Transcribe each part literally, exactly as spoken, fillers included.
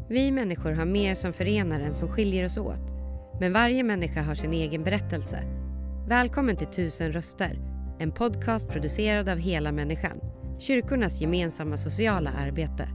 Vi människor har mer som förenar än som skiljer oss åt. Men varje människa har sin egen berättelse. Välkommen till Tusen röster. En podcast producerad av Hela människan. Kyrkornas gemensamma sociala arbete.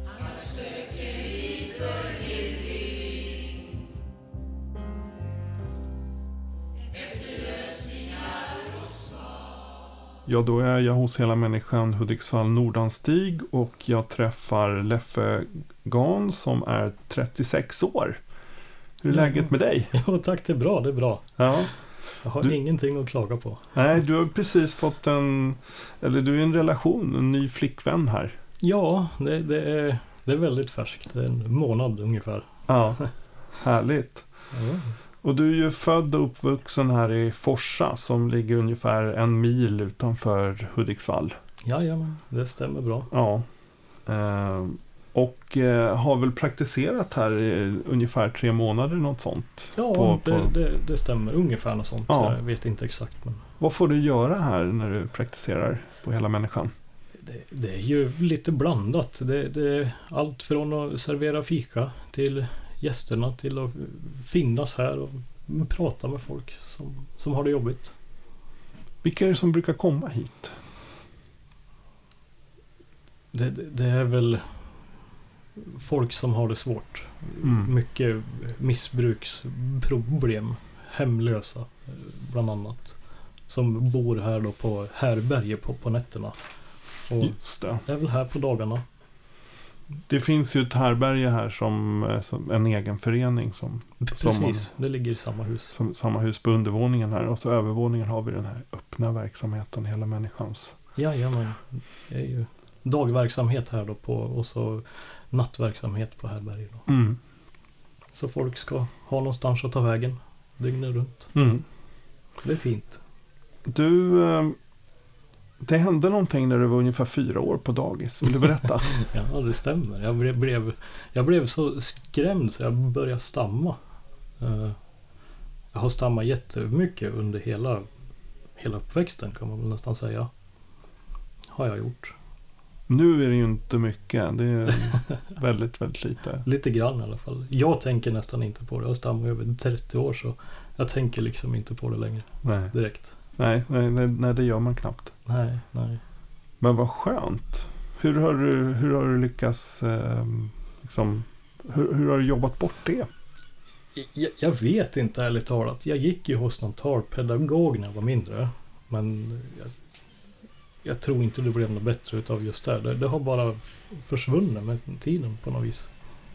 Ja, då är jag hos Hela människan Hudiksvall Nordanstig och jag träffar Leffe Gahn som är trettiosex år. Hur är läget med dig? Jo, tack, det är bra, det är bra. Ja. Jag har du, ingenting att klaga på. Nej, du har precis fått en, eller du är i en relation, en ny flickvän här. Ja, det, det, är, det är väldigt färskt, det är en månad ungefär. Ja, härligt. Ja. Och du är ju född och uppvuxen här i Forsa som ligger ungefär en mil utanför Hudiksvall. Ja, ja, men det stämmer bra. Ja. Eh, och eh, har väl praktiserat här i ungefär tre månader, något sånt. Ja, på, det, på... Det, det stämmer ungefär något sånt. Ja. Jag vet inte exakt. Men... Vad får du göra här när du praktiserar på Hela människan? Det, det är ju lite blandat. Det, det är allt från att servera fika till gästerna till att finnas här och prata med folk som, som har det jobbigt. Vilka är det som brukar komma hit? Det, det, det är väl folk som har det svårt. Mm. Mycket missbruksproblem. Hemlösa bland annat. Som bor här då på härberge på, på nätterna. Och Just det. är väl här på dagarna. Det finns ju ett härberge här som, som en egen förening som, Precis, som man, det ligger i samma hus. Som, samma hus på undervåningen här. Och så övervåningen har vi den här öppna verksamheten, Hela människans. Ja, ja, men det är ju dagverksamhet här då på och så nattverksamhet på härberge då. Mm. Så folk ska ha någonstans att ta vägen dygnet runt. Mm. Det är fint. Du, det hände någonting när du var ungefär fyra år på dagis. Vill du berätta? Ja, det stämmer. Jag blev, blev, jag blev så skrämd så jag började stamma. Jag har stammat jättemycket under hela, hela uppväxten kan man väl nästan säga. Har jag gjort. Nu är det ju inte mycket. Det är väldigt, väldigt lite. Lite grann i alla fall. Jag tänker nästan inte på det. Jag har stammat över trettio år så jag tänker liksom inte på det längre. Nej. Direkt. Nej, nej, nej, nej, det gör man knappt. Nej, nej. Men vad skönt. Hur har du, hur har du lyckats eh, liksom, hur, hur har du jobbat bort det? Jag, jag vet inte ärligt talat. Jag gick ju hos någon talpedagog när jag var mindre. Men jag, jag tror inte det blev något bättre utav just det. det. Det har bara försvunnit med tiden på något vis.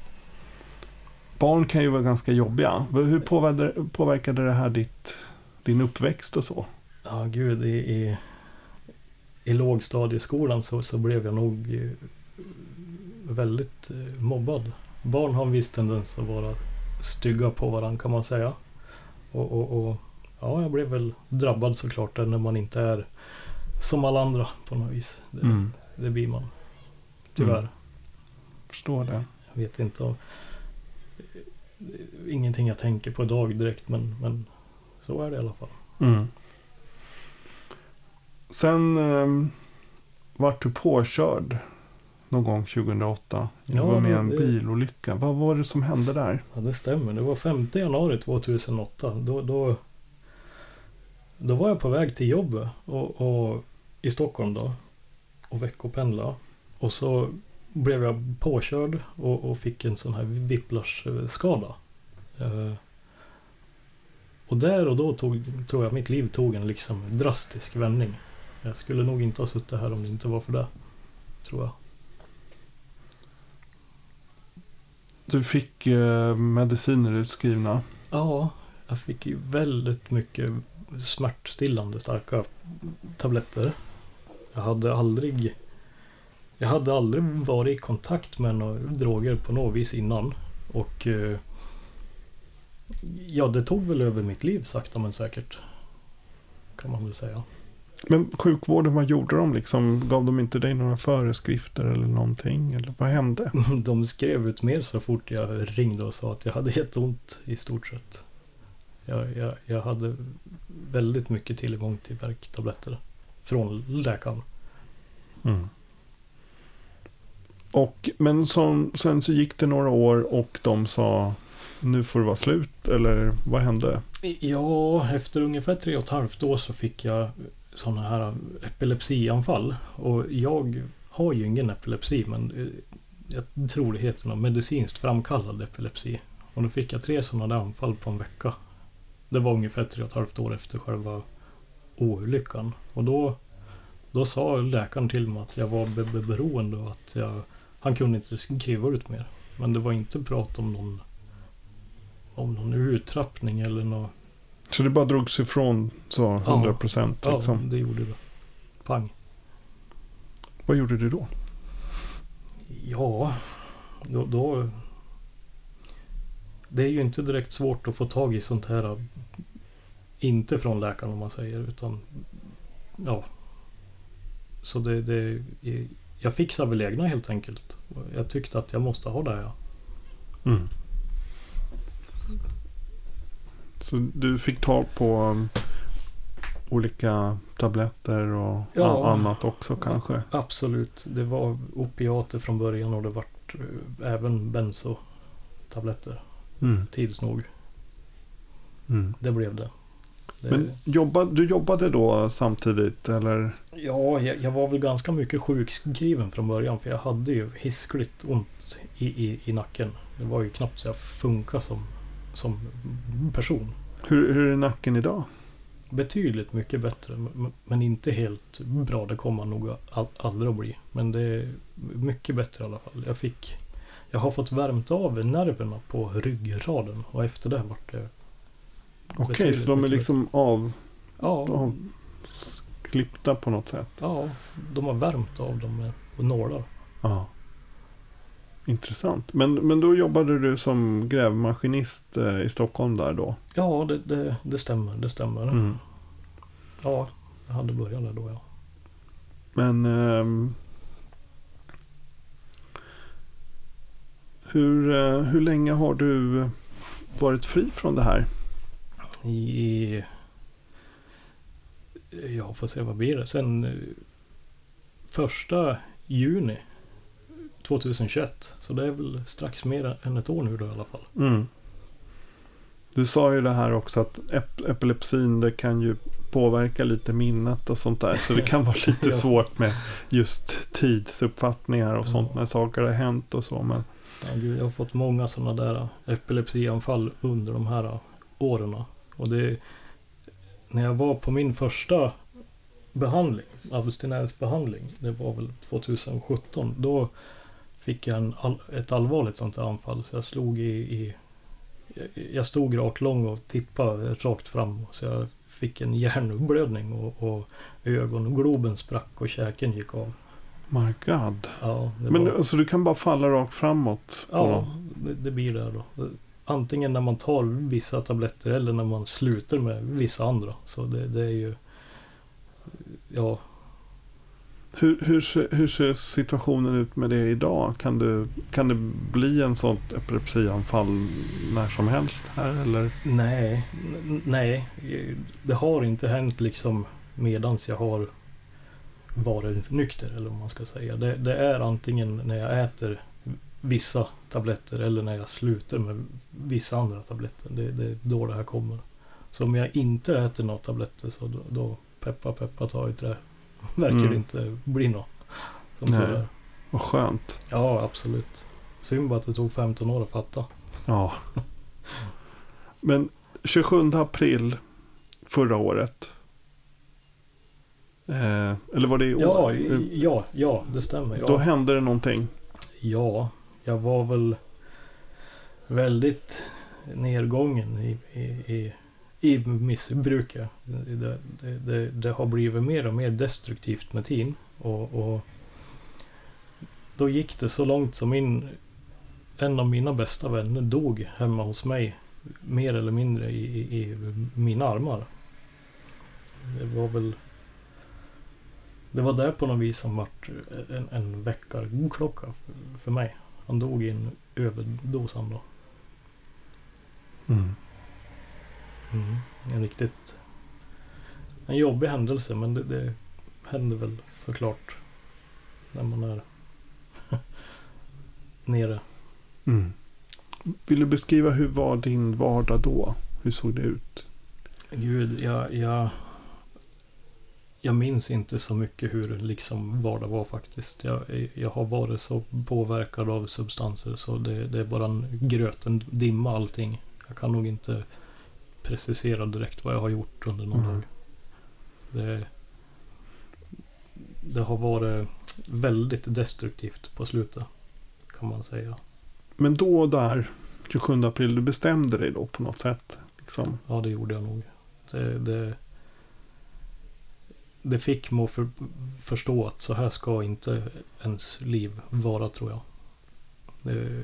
Barn kan ju vara ganska jobbiga. Hur påverkade, påverkade det här ditt, din uppväxt och så? Ja, gud. I, i, i lågstadieskolan så, så blev jag nog eh, väldigt eh, mobbad. Barn har en viss tendens att vara stygga på varandra kan man säga. Och, och, och ja, jag blev väl drabbad såklart när man inte är som alla andra på något vis. Det, Mm. det blir man. Tyvärr. Mm. Förstår det. Jag vet inte om ingenting jag tänker på idag direkt men, men så är det i alla fall. Mm. Sen eh, vart du påkörd någon gång tjugohundraåtta. Du Ja, var med i en det- bilolycka. Vad var det som hände där? Ja, det stämmer. Det var femte januari tjugohundraåtta. Då, då, då var jag på väg till jobbet och, och, i Stockholm då. Och veckopendla. Och så blev jag påkörd och, och fick en sån här whiplash-skada. Uh, och där och då tog, tror jag mitt liv tog en liksom drastisk vändning. Jag skulle nog inte ha suttit här om det inte var för det. Tror jag. Du fick eh, mediciner utskrivna. Ja, jag fick ju väldigt mycket smärtstillande starka tabletter. Jag hade aldrig jag hade aldrig varit i kontakt med några droger på något vis innan. Och eh, ja, det tog väl över mitt liv sakta men säkert. Kan man väl säga. Men sjukvården, vad gjorde de liksom? Gav de inte dig några föreskrifter eller någonting? Eller vad hände? De skrev ut mer så fort jag ringde och sa att jag hade jätteont i stort sett. Jag, jag, jag hade väldigt mycket tillgång till värktabletter från läkaren. Mm. Och, men som, sen så gick det några år och de sa nu får det vara slut, eller vad hände? Ja, efter ungefär tre och ett halvt år så fick jag sådana här epilepsianfall. Och jag har ju ingen epilepsi, men jag tror det heter något medicinskt framkallad epilepsi. Och då fick jag tre sådana där anfall på en vecka. Det var ungefär tre och ett halvt år efter själva olyckan. Och då, då sa läkaren till mig att jag var be- be- beroende och att jag, han kunde inte skriva ut mer. Men det var inte prat om någon om någon uttrappning eller något. Så det bara drogs ifrån så hundra procent? Ja, liksom. ja, det gjorde det. Pang. Vad gjorde du då? Ja, då, då... Det är ju inte direkt svårt att få tag i sånt här. Inte från läkaren om man säger, utan... Ja. Så det... det jag fixade väl egna helt enkelt. Jag tyckte att jag måste ha det, ja. Mm. Så du fick tag på um, olika tabletter och ja, a- annat också kanske? Absolut. Det var opiater från början och det var äh, även benzotabletter. Mm. Tids nog. Mm. Det blev det. det... Men jobbade, du jobbade då samtidigt eller? Ja, jag, jag var väl ganska mycket sjukskriven från början för jag hade ju hiskligt ont i, i, i nacken. Det var ju knappt så jag funkade som som person. Hur, hur är nacken idag? Betydligt mycket bättre, men inte helt bra. Det kommer nog all, aldrig att bli. Men det är mycket bättre i alla fall. Jag fick, jag har fått värmt av nerverna på ryggraden och efter det vart det. Okej, okay, så de är liksom av, ja, avklippta på något sätt? Ja, de har värmt av dem med nålar. Ja. Intressant. Men, men då jobbade du som grävmaskinist eh, i Stockholm där då? Ja, det, det, det stämmer. Det stämmer. Mm. Ja, jag hade börjat där då, ja. Men eh, hur, eh, hur länge har du varit fri från det här? I... Ja, får se vad blir det. Sen första juni tjugohundratjugoett. Så det är väl strax mer än ett år nu då i alla fall. Mm. Du sa ju det här också att ep- epilepsin det kan ju påverka lite minnet och sånt där. Så det kan vara lite ja. svårt med just tidsuppfattningar och ja. sånt när saker har hänt och så. Men... Ja, gud, jag har fått många sådana där epilepsianfall under de här åren. Och det när jag var på min första behandling, abstinensbehandling, det var väl tjugosjutton, då fick jag en all, ett allvarligt sånt här anfall. Så jag slog i, i jag stod rakt lång och tippade rakt fram. Så jag fick en hjärnblödning och, och ögongloben sprack och käken gick av. My God. Ja, Men var... alltså du kan bara falla rakt framåt? På... Ja, det, det blir det då. Antingen när man tar vissa tabletter eller när man slutar med vissa andra. Så det, det är ju... Ja... Hur, hur, ser, hur ser situationen ut med det idag? Kan, du, kan det bli en sån epilepsianfall när som helst här? Eller? Nej, n- nej. Det har inte hänt liksom medans jag har varit nykter eller vad man ska säga. Det, det är antingen när jag äter vissa tabletter eller när jag slutar med vissa andra tabletter. Det, det är då det här kommer. Så om jag inte äter några tabletter så då, då peppa peppa tar i trä. Verkar mm. inte bli något. Som Nej, det vad skönt. Ja, absolut. Synd bara att det tog femton år att fatta. Ja. Men tjugosjunde april förra året. Eh, eller var det i år? Ja, ja, ja, det stämmer. Ja. Då hände det någonting. Ja, jag var väl väldigt nedgången i, i, i, i missbruket. Det, det, det, det har blivit mer och mer destruktivt med tiden. Och, och då gick det så långt som min, en av mina bästa vänner dog hemma hos mig. Mer eller mindre i, i, i mina armar. Det var väl... Det var där på något vis som vart en, en väckarklocka för, för mig. Han dog i en överdos han då. Mm. Mm. En riktigt... En jobbig händelse, men det, det händer väl såklart när man är nere. Mm. Vill du beskriva hur var din vardag då? Hur såg det ut? Gud, jag, jag, jag minns inte så mycket hur liksom vardag var faktiskt. Jag, jag har varit så påverkad av substanser så det, det är bara en gröt, en dimma allting. Jag kan nog inte precisera direkt vad jag har gjort under någon mm. dag. Det, det har varit väldigt destruktivt på slutet, kan man säga. Men då där, tjugosjunde april, du bestämde dig då på något sätt? Liksom. Ja, det gjorde jag nog. Det, det, det fick mig att för, förstå att så här ska inte ens liv vara, tror jag. Det,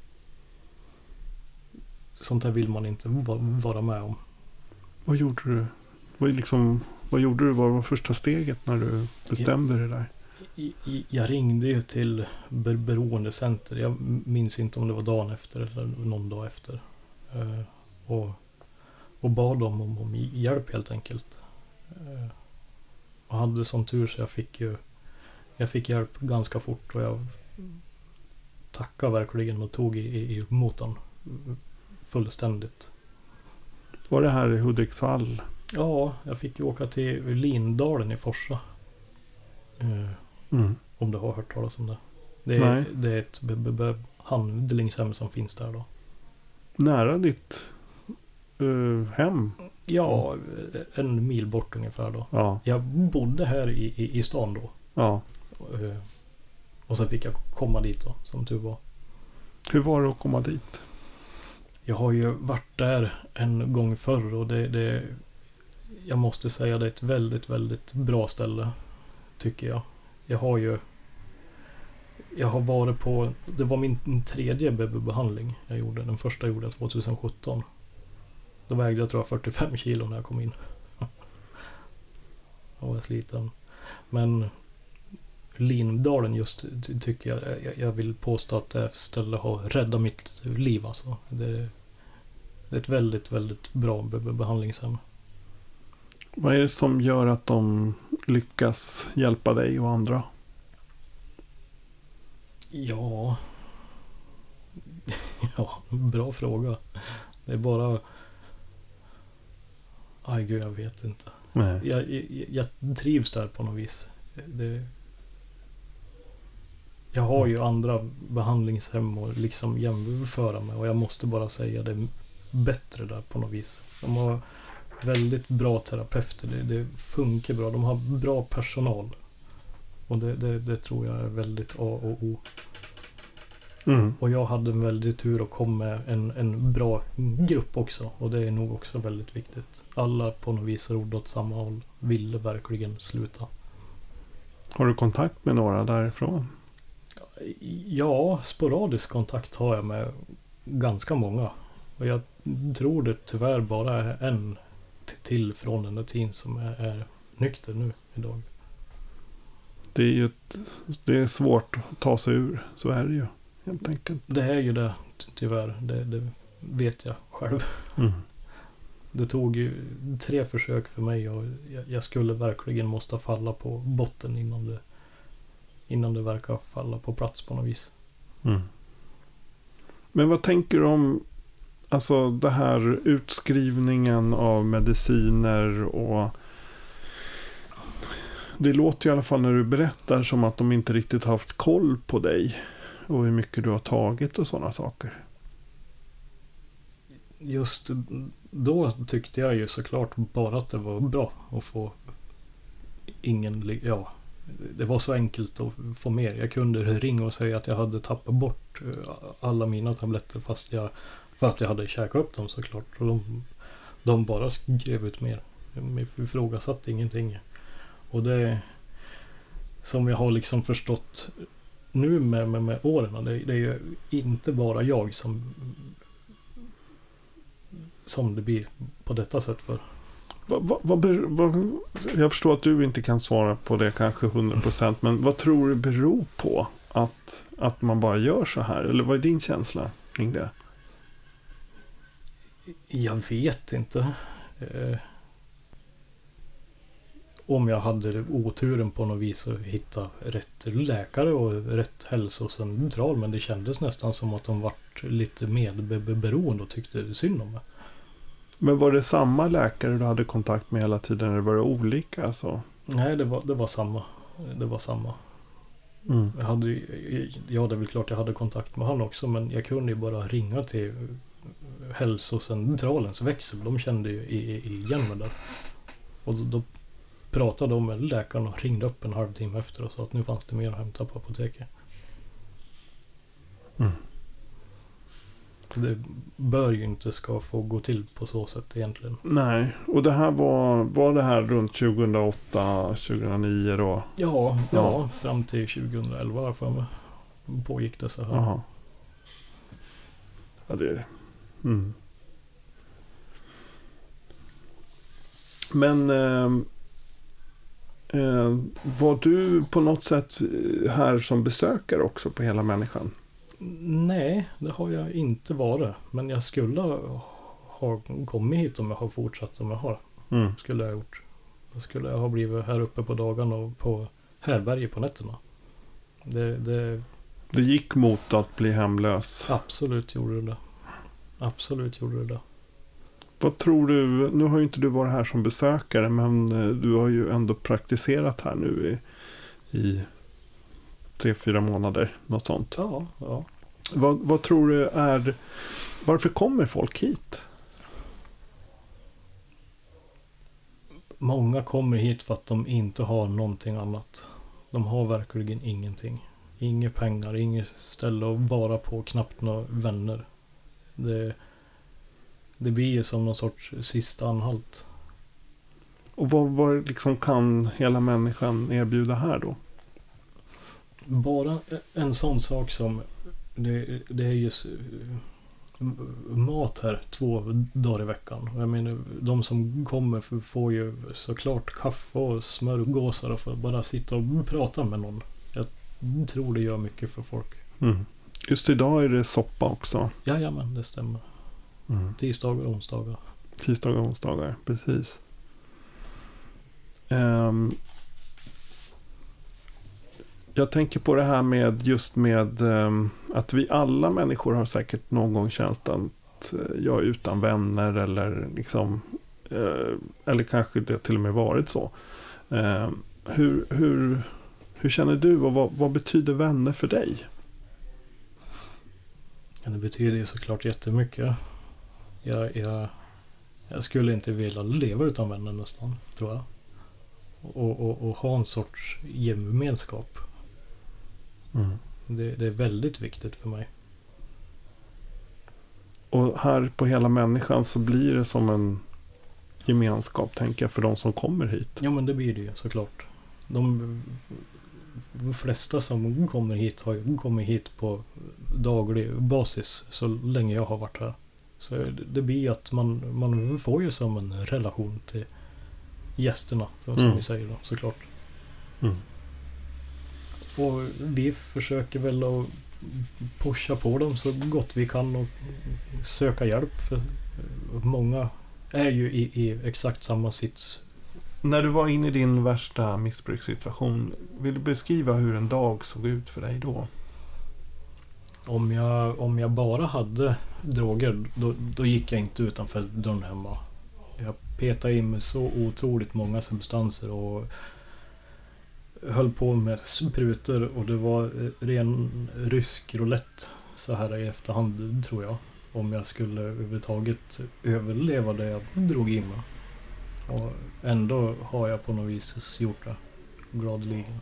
sånt här vill man inte va, vara med om. Vad gjorde du? Vad, liksom, vad gjorde du? Vad var första steget när du bestämde dig där? Jag, jag ringde ju till ber, beroendecenter. Jag minns inte om det var dagen efter eller någon dag efter. Uh, och, och bad dem om, om hjälp helt enkelt. Uh, och hade sån tur så jag fick ju jag fick hjälp ganska fort och jag tackade verkligen och tog i, i, i motorn fullständigt. Var det här i Hudiksvall? Ja, jag fick ju åka till Lindalen i Forsa. Uh, mm. Om du har hört talas om det. Det är, det är ett be- be- be- handlingshem som finns där då. Nära ditt uh, hem? Ja, en mil bort ungefär då. Ja. Jag bodde här i, i, i stan då. Ja. Uh, och sen fick jag komma dit då, som tur var. Hur var det att komma dit? Jag har ju varit där en gång förr och det, det jag måste säga det är ett väldigt, väldigt bra ställe, tycker jag. Jag har ju jag har varit på, det var min tredje B B-behandling jag gjorde. Den första gjorde jag tjugohundrasjutton. Då vägde jag tror jag fyrtiofem kilo när jag kom in. Jag var sliten. Men Lindalen just ty- tycker jag, jag, jag vill påstå att det stället har räddat mitt liv alltså. Det, det är ett väldigt, väldigt bra be- be- behandlingshem. Vad är det som gör att de lyckas hjälpa dig och andra? Ja, ja, bra fråga. Det är bara... Aj gud, jag vet inte. Nej. Jag, jag, jag trivs där på något vis. Det... Jag har ju andra behandlingshem och liksom jämföra med. Och jag måste bara säga det är bättre där på något vis. De har väldigt bra terapeuter. Det, det funkar bra. De har bra personal. Och det, det, det tror jag är väldigt A och O. Mm. Och jag hade en väldigt tur att komma med en, en bra grupp också. Och det är nog också väldigt viktigt. Alla på något vis rodde åt samma håll. Ville verkligen sluta. Har du kontakt med några därifrån? Ja, sporadisk kontakt har jag med ganska många. Och jag tror det tyvärr bara är en till från den där tiden som är, är nykter nu idag. Det är ju ett, det är svårt att ta sig ur, så är det ju helt enkelt. Det är ju det tyvärr, det, det vet jag själv. Mm. Det tog ju tre försök för mig och jag, jag skulle verkligen måste falla på botten innan det innan det verkar falla på plats på något vis. Mm. Men vad tänker du om alltså det här utskrivningen av mediciner och det låter i alla fall när du berättar som att de inte riktigt haft koll på dig och hur mycket du har tagit och sådana saker. Just då tyckte jag ju såklart bara att det var bra att få ingen, ja, det var så enkelt att få mer. Jag kunde ringa och säga att jag hade tappat bort alla mina tabletter fast jag, fast jag hade käkat upp dem såklart. Och de, de bara skrev ut mer. Jag ifrågasatte ingenting. Och det som jag har liksom förstått nu med, med, med åren, det, det är ju inte bara jag som som det blir på detta sätt för. Vad, vad, vad, vad, jag förstår att du inte kan svara på det kanske hundra procent, men vad tror du beror på att, att man bara gör så här? Eller vad är din känsla kring det? Jag vet inte. Eh, om jag hade oturen på något vis att hitta rätt läkare och rätt hälsocentral, men det kändes nästan som att de vart lite medberoende och tyckte synd om mig. Men var det samma läkare du hade kontakt med hela tiden eller var det olika? Alltså? Nej, det var, det var samma. Det var samma. Mm. Jag hade, ja, det är väl klart jag hade kontakt med han också, men jag kunde ju bara ringa till hälsocentralens växel. De kände ju igen mig där. Och då, då pratade de med läkaren och ringde upp en halvtimme efter och sa att nu fanns det mer att hämta på apoteket. Mm. Det bör ju inte ska få gå till på så sätt egentligen. Nej, och det här var, var det här runt tjugohundraåtta tjugohundranio då? Ja, ja, Ja. fram till tjugohundraelva för mig pågick det så här. Jaha. Ja, det... Mm. Men eh, eh, var du på något sätt här som besökare också på Hela Människan? Nej, det har jag inte varit. Men jag skulle ha kommit hit om jag har fortsatt som jag har. Mm. Skulle jag ha gjort. Då skulle jag ha blivit här uppe på dagarna och på härberget på nätterna. Det, det Det gick mot att bli hemlös. absolut gjorde det. Absolut gjorde det. Vad tror du, nu har ju inte du varit här som besökare, men du har ju ändå praktiserat här nu i, i tre, fyra månader, något sånt. Ja, ja. Vad, vad tror du är, varför kommer folk hit? Många kommer hit för att de inte har någonting annat. De har verkligen ingenting. Inga pengar, inget ställe att vara på, knappt några vänner. Det, det blir ju som någon sorts sista anhalt. Och vad, vad liksom kan Hela Människan erbjuda här då? Bara en sån sak som det, det är just mat här två dagar i veckan. Jag menar, de som kommer får ju såklart kaffe och smörgåsar och får bara sitta och prata med någon. Jag tror det gör mycket för folk. Mm. Just idag är det soppa också. Jajamän, det stämmer. Mm. Tisdagar och onsdagar. Tisdagar och onsdagar, precis. Um, jag tänker på det här med just med um, att vi alla människor har säkert någon gång känt att uh, jag är utan vänner eller liksom uh, eller kanske det till och med varit så. Uh, hur, hur, hur känner du och vad, vad betyder vänner för dig? Ja, det betyder ju såklart jättemycket. Jag, jag, jag skulle inte vilja leva utan vänner nästan, tror jag. Och, och, och ha en sorts gemenskap. Mm. Det, det är väldigt viktigt för mig. Och här på Hela Människan så blir det som en gemenskap, tänker jag, för de som kommer hit. Ja, men det blir det ju såklart. De, de flesta som kommer hit har ju kommit hit på daglig basis så länge jag har varit här. Så det, det blir att man, man får ju som en relation till gästerna, som Mm. vi säger då, såklart. Mm. Och vi försöker väl att pusha på dem så gott vi kan och söka hjälp. För många är ju i, i exakt samma sits. När du var inne i din värsta missbrukssituation, vill du beskriva hur en dag såg ut för dig då? Om jag, om jag bara hade droger, då, då gick jag inte utanför dörren hemma. Jag petade in med så otroligt många substanser och höll på med sprutor och det var ren rysk roulette så här i efterhand, tror jag. Om jag skulle överhuvudtaget överleva det jag drog in mig. Och ändå har jag på något vis gjort det gladeligen.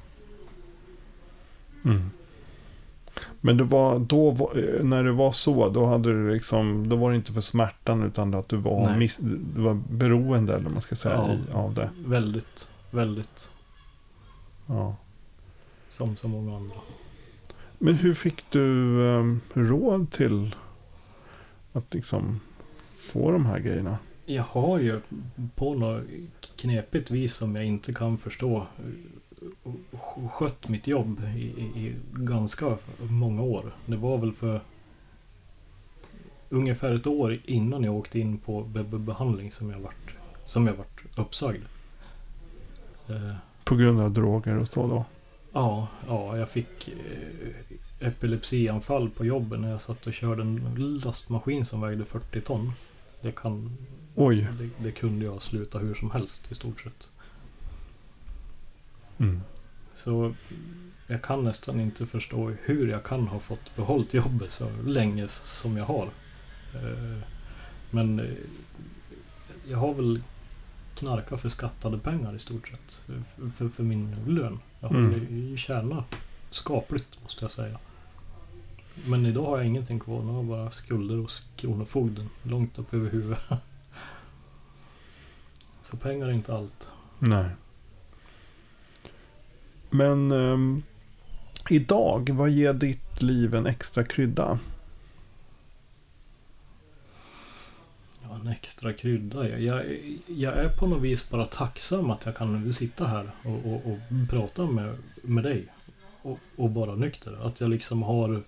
Mm. Men det var då, när det var så, då hade du liksom, då var det inte för smärtan utan att du var, miss, du var beroende, eller man ska säga, Ja, i, av det. Väldigt, väldigt. Ja. Som så många andra. Men hur fick du um, råd till att liksom få de här grejerna? Jag har ju på något knepigt vis som jag inte kan förstå skött mitt jobb i, i, i ganska många år. Det var väl för ungefär ett år innan jag åkte in på be- be- behandling som jag vart, som jag vart uppsagd. Eh, På grund av droger och så då? ja, ja, jag fick eh, epilepsianfall på jobbet när jag satt och körde en lastmaskin som vägde fyrtio ton. Det, kan, Oj. det, det kunde jag sluta hur som helst i stort sett. Mm. Så jag kan nästan inte förstå hur jag kan ha fått behållit jobbet så länge som jag har. Eh, men eh, jag har väl knarkat för skattade pengar i stort sett. För, för, för min lön. Jag har Mm. ju tjänat skapligt måste jag säga. Men idag har jag ingenting kvar. Nu har jag bara skulder hos kronofogden. Långt upp över huvudet. Så pengar är inte allt. Nej. Men ehm, idag, vad ger ditt liv en extra krydda? Ja, en extra krydda. Jag, jag, jag är på något vis bara tacksam att jag kan sitta här och, och, och prata med, med dig. Och, och vara nykter. Att jag liksom har...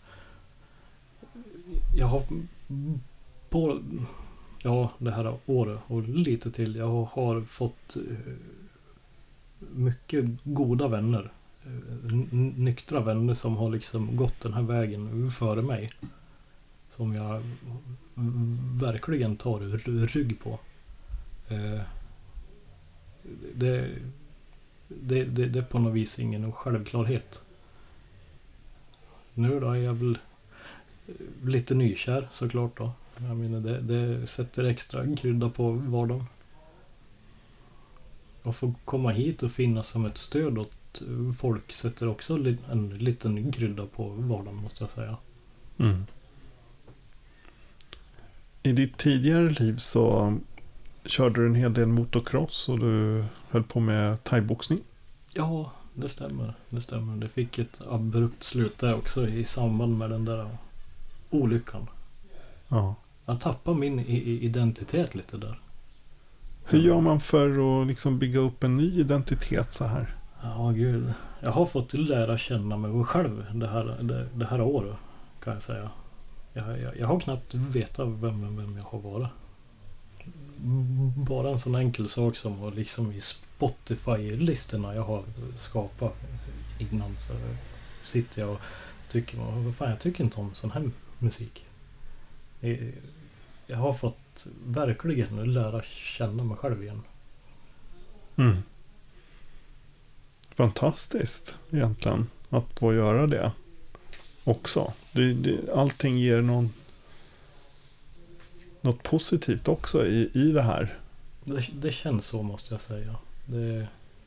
Jag har... På, ja, det här året och lite till. Jag har fått eh, mycket goda vänner. Eh, n- nyktra vänner som har liksom gått den här vägen före mig. Som jag verkligen tar r- rygg på. Eh, det, det, det, det är på något vis ingen självklarhet. Nu då är jag väl lite nykär såklart då. Jag menar det, det sätter extra krydda på vardagen. Och få komma hit och finnas som ett stöd åt folk sätter också li- en liten krydda på vardagen måste jag säga. Mm. I ditt tidigare liv så körde du en hel del motocross och du höll på med thaiboxning. Ja, det stämmer. Det stämmer. Det fick ett abrupt slut där också i samband med den där olyckan. Ja. Jag tappade min i- i- identitet lite där. Hur gör man för att liksom bygga upp en ny identitet så här? Ja, gud. Jag har fått lära känna mig själv det här, det, det här året kan jag säga. Jag, jag, jag har knappt vetat vem, vem jag har varit. Bara en sån enkel sak som var liksom i Spotify-listorna jag har skapat innan så sitter jag och tycker, vad fan, jag tycker inte om sån här musik. Jag har fått verkligen lära känna mig själv igen. Mm. Fantastiskt egentligen att få göra det också. Det, det, allting ger någon, något positivt också i, i det här. Det, det känns så måste jag säga. Det,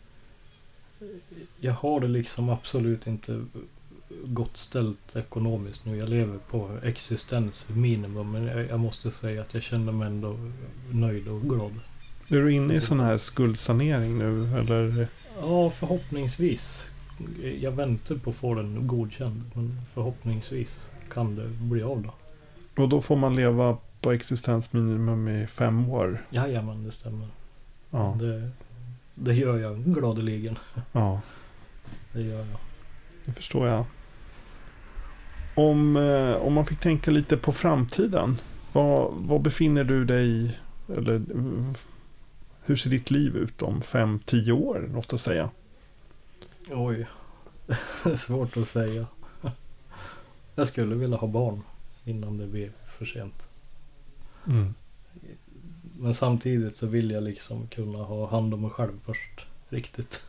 jag har det liksom absolut inte gott ställt ekonomiskt nu. Jag lever på existensminimum. Men jag, jag måste säga att jag känner mig ändå nöjd och glad. Är du inne i sån här skuldsanering nu? Eller? Ja, förhoppningsvis. Jag väntar på att få den godkänd. Men förhoppningsvis kan det bli av då. Och då får man leva på existensminimum i fem år? Jajamän, det stämmer. Ja. Det, det gör jag gladeligen. Ja. Det gör jag. Det förstår jag. Om, eh, om man fick tänka lite på framtiden. Vad, vad befinner du dig i? Eller hur ser ditt liv ut om fem, tio år? Låt oss säga. Oj. Svårt att säga. Jag skulle vilja ha barn innan det blir för sent. Mm. Men samtidigt så vill jag liksom kunna ha hand om mig själv först. Riktigt.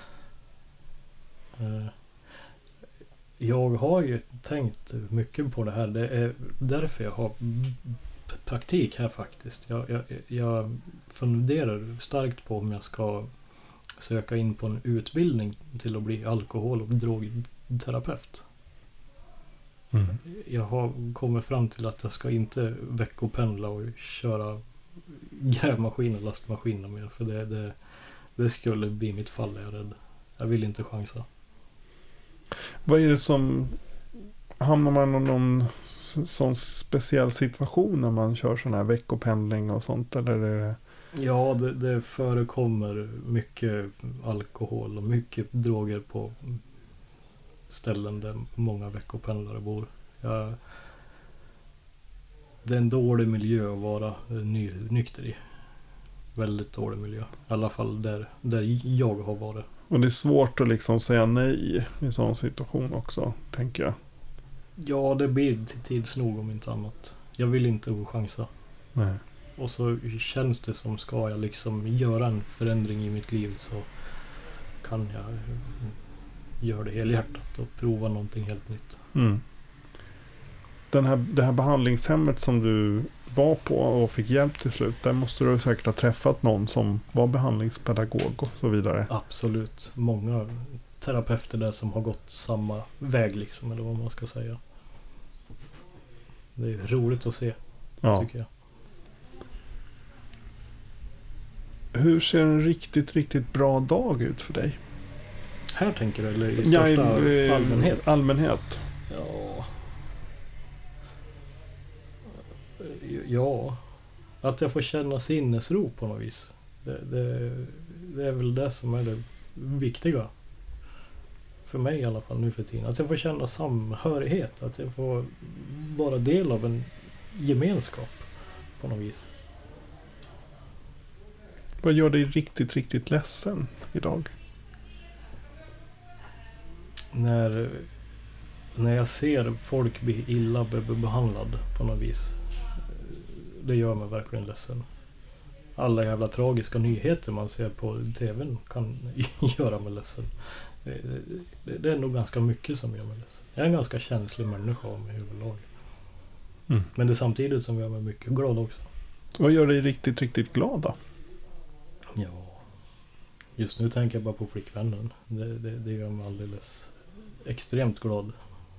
Jag har ju tänkt mycket på det här. Det är därför jag har praktik här faktiskt. Jag, jag, jag funderar starkt på om jag ska söka in på en utbildning till att bli alkohol- och drogterapeut. Mm. Jag har kommit fram till att jag ska inte veckopendla och köra grävmaskiner och lastmaskiner mer. För det, det, det skulle bli mitt fall, är jag rädd. Jag vill inte chansa. Vad är det som... Hamnar man i någon sån speciell situation när man kör sån här veckopendling och sånt? Eller är det... Ja, det, det förekommer mycket alkohol och mycket droger på ställen där många veckopendlare bor. Jag, det är en dålig miljö att vara ny, nykter i. väldigt dålig miljö. I alla fall där, där jag har varit. Och det är svårt att liksom säga nej i en sån situation också, tänker jag. Ja, det blir tids nog om inte annat. Jag vill inte ochansa. Nej. Och så känns det som, ska jag liksom göra en förändring i mitt liv så kan jag göra det helhjärtat och prova någonting helt nytt. Mm. Den här, det här behandlingshemmet som du var på och fick hjälp till slut, där måste du säkert ha träffat någon som var behandlingspedagog och så vidare. Absolut. Många terapeuter där som har gått samma väg liksom, eller vad man ska säga. Det är roligt att se, Ja. tycker jag. Hur ser en riktigt, riktigt bra dag ut för dig? Här tänker du, eller i största Ja, i, allmänhet? Allmänhet. Ja. Ja. Att jag får känna sinnesro på något vis. Det, det, det är väl det som är det viktiga. För mig i alla fall nu för tiden. Att jag får känna samhörighet. Att jag får vara del av en gemenskap på något vis. Vad gör dig riktigt, riktigt ledsen idag? När, när jag ser folk bli illa be- behandlad på något vis. Det gör mig verkligen ledsen. Alla jävla tragiska nyheter man ser på tvn kan göra mig ledsen. Det, det, det är nog ganska mycket som gör mig ledsen. Jag är en ganska känslig människa av mig överlag. Mm. Men det är samtidigt som gör mig mycket glad också. Vad gör dig riktigt, riktigt glad då? Ja. Just nu tänker jag bara på flickvännen. Det, det, det gör mig alldeles extremt glad.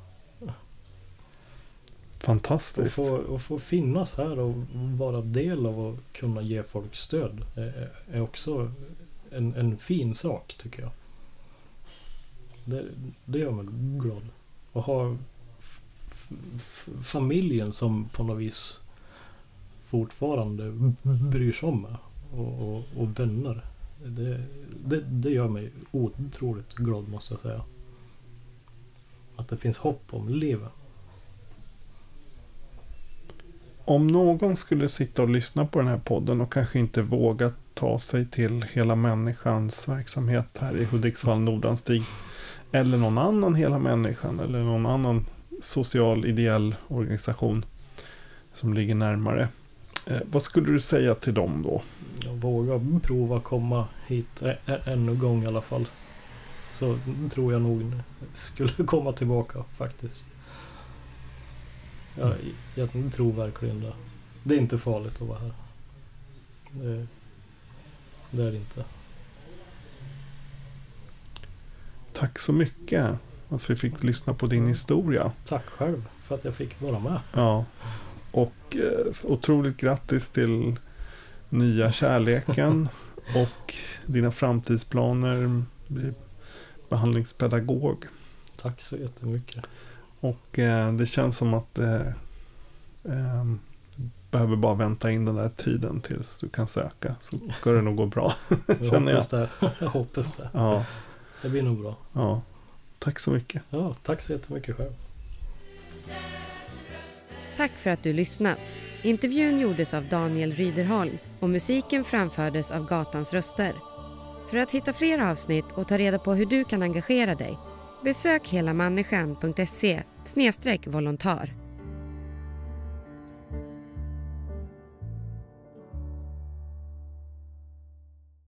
Att Fantastiskt. få, att få finnas här och vara del av att kunna ge folk stöd är, är också en, en fin sak, tycker jag. Det, det gör mig glad. Och ha f- f- familjen som på något vis fortfarande bryr sig om mig. Och, och, och vänner. Det, det, det gör mig otroligt glad, måste jag säga. Att det finns hopp om livet. Om någon skulle sitta och lyssna på den här podden och kanske inte våga ta sig till Hela Människans verksamhet här i Hudiksvall Nordanstig, eller någon annan Hela Människan eller någon annan social ideell organisation som ligger närmare. Eh, vad skulle du säga till dem då? Jag vågar prova komma hit ä- ä- ännu en gång i alla fall. Så tror jag nog skulle komma tillbaka faktiskt. Jag, jag tror verkligen det. Det är inte farligt att vara här. Det, det är det inte. Tack så mycket att vi fick lyssna på din historia. Tack själv för att jag fick vara med. Ja. Och eh, otroligt grattis till nya kärleken och dina framtidsplaner, bli behandlingspedagog. Tack så jättemycket. Och eh, det känns som att eh, eh, behöver bara vänta in den där tiden tills du kan söka, så ska det nog gå bra. Jag Känner jag. hoppas det. Jag hoppas det. Ja, Det blir nog bra. ja. Tack så mycket. Ja, tack så jättemycket själv. Tack för att du lyssnat. Intervjun gjordes av Daniel Ryderholm och musiken framfördes av Gatans röster. För att hitta fler avsnitt och ta reda på hur du kan engagera dig, besök helamänniskan punkt se snedstreck volontär.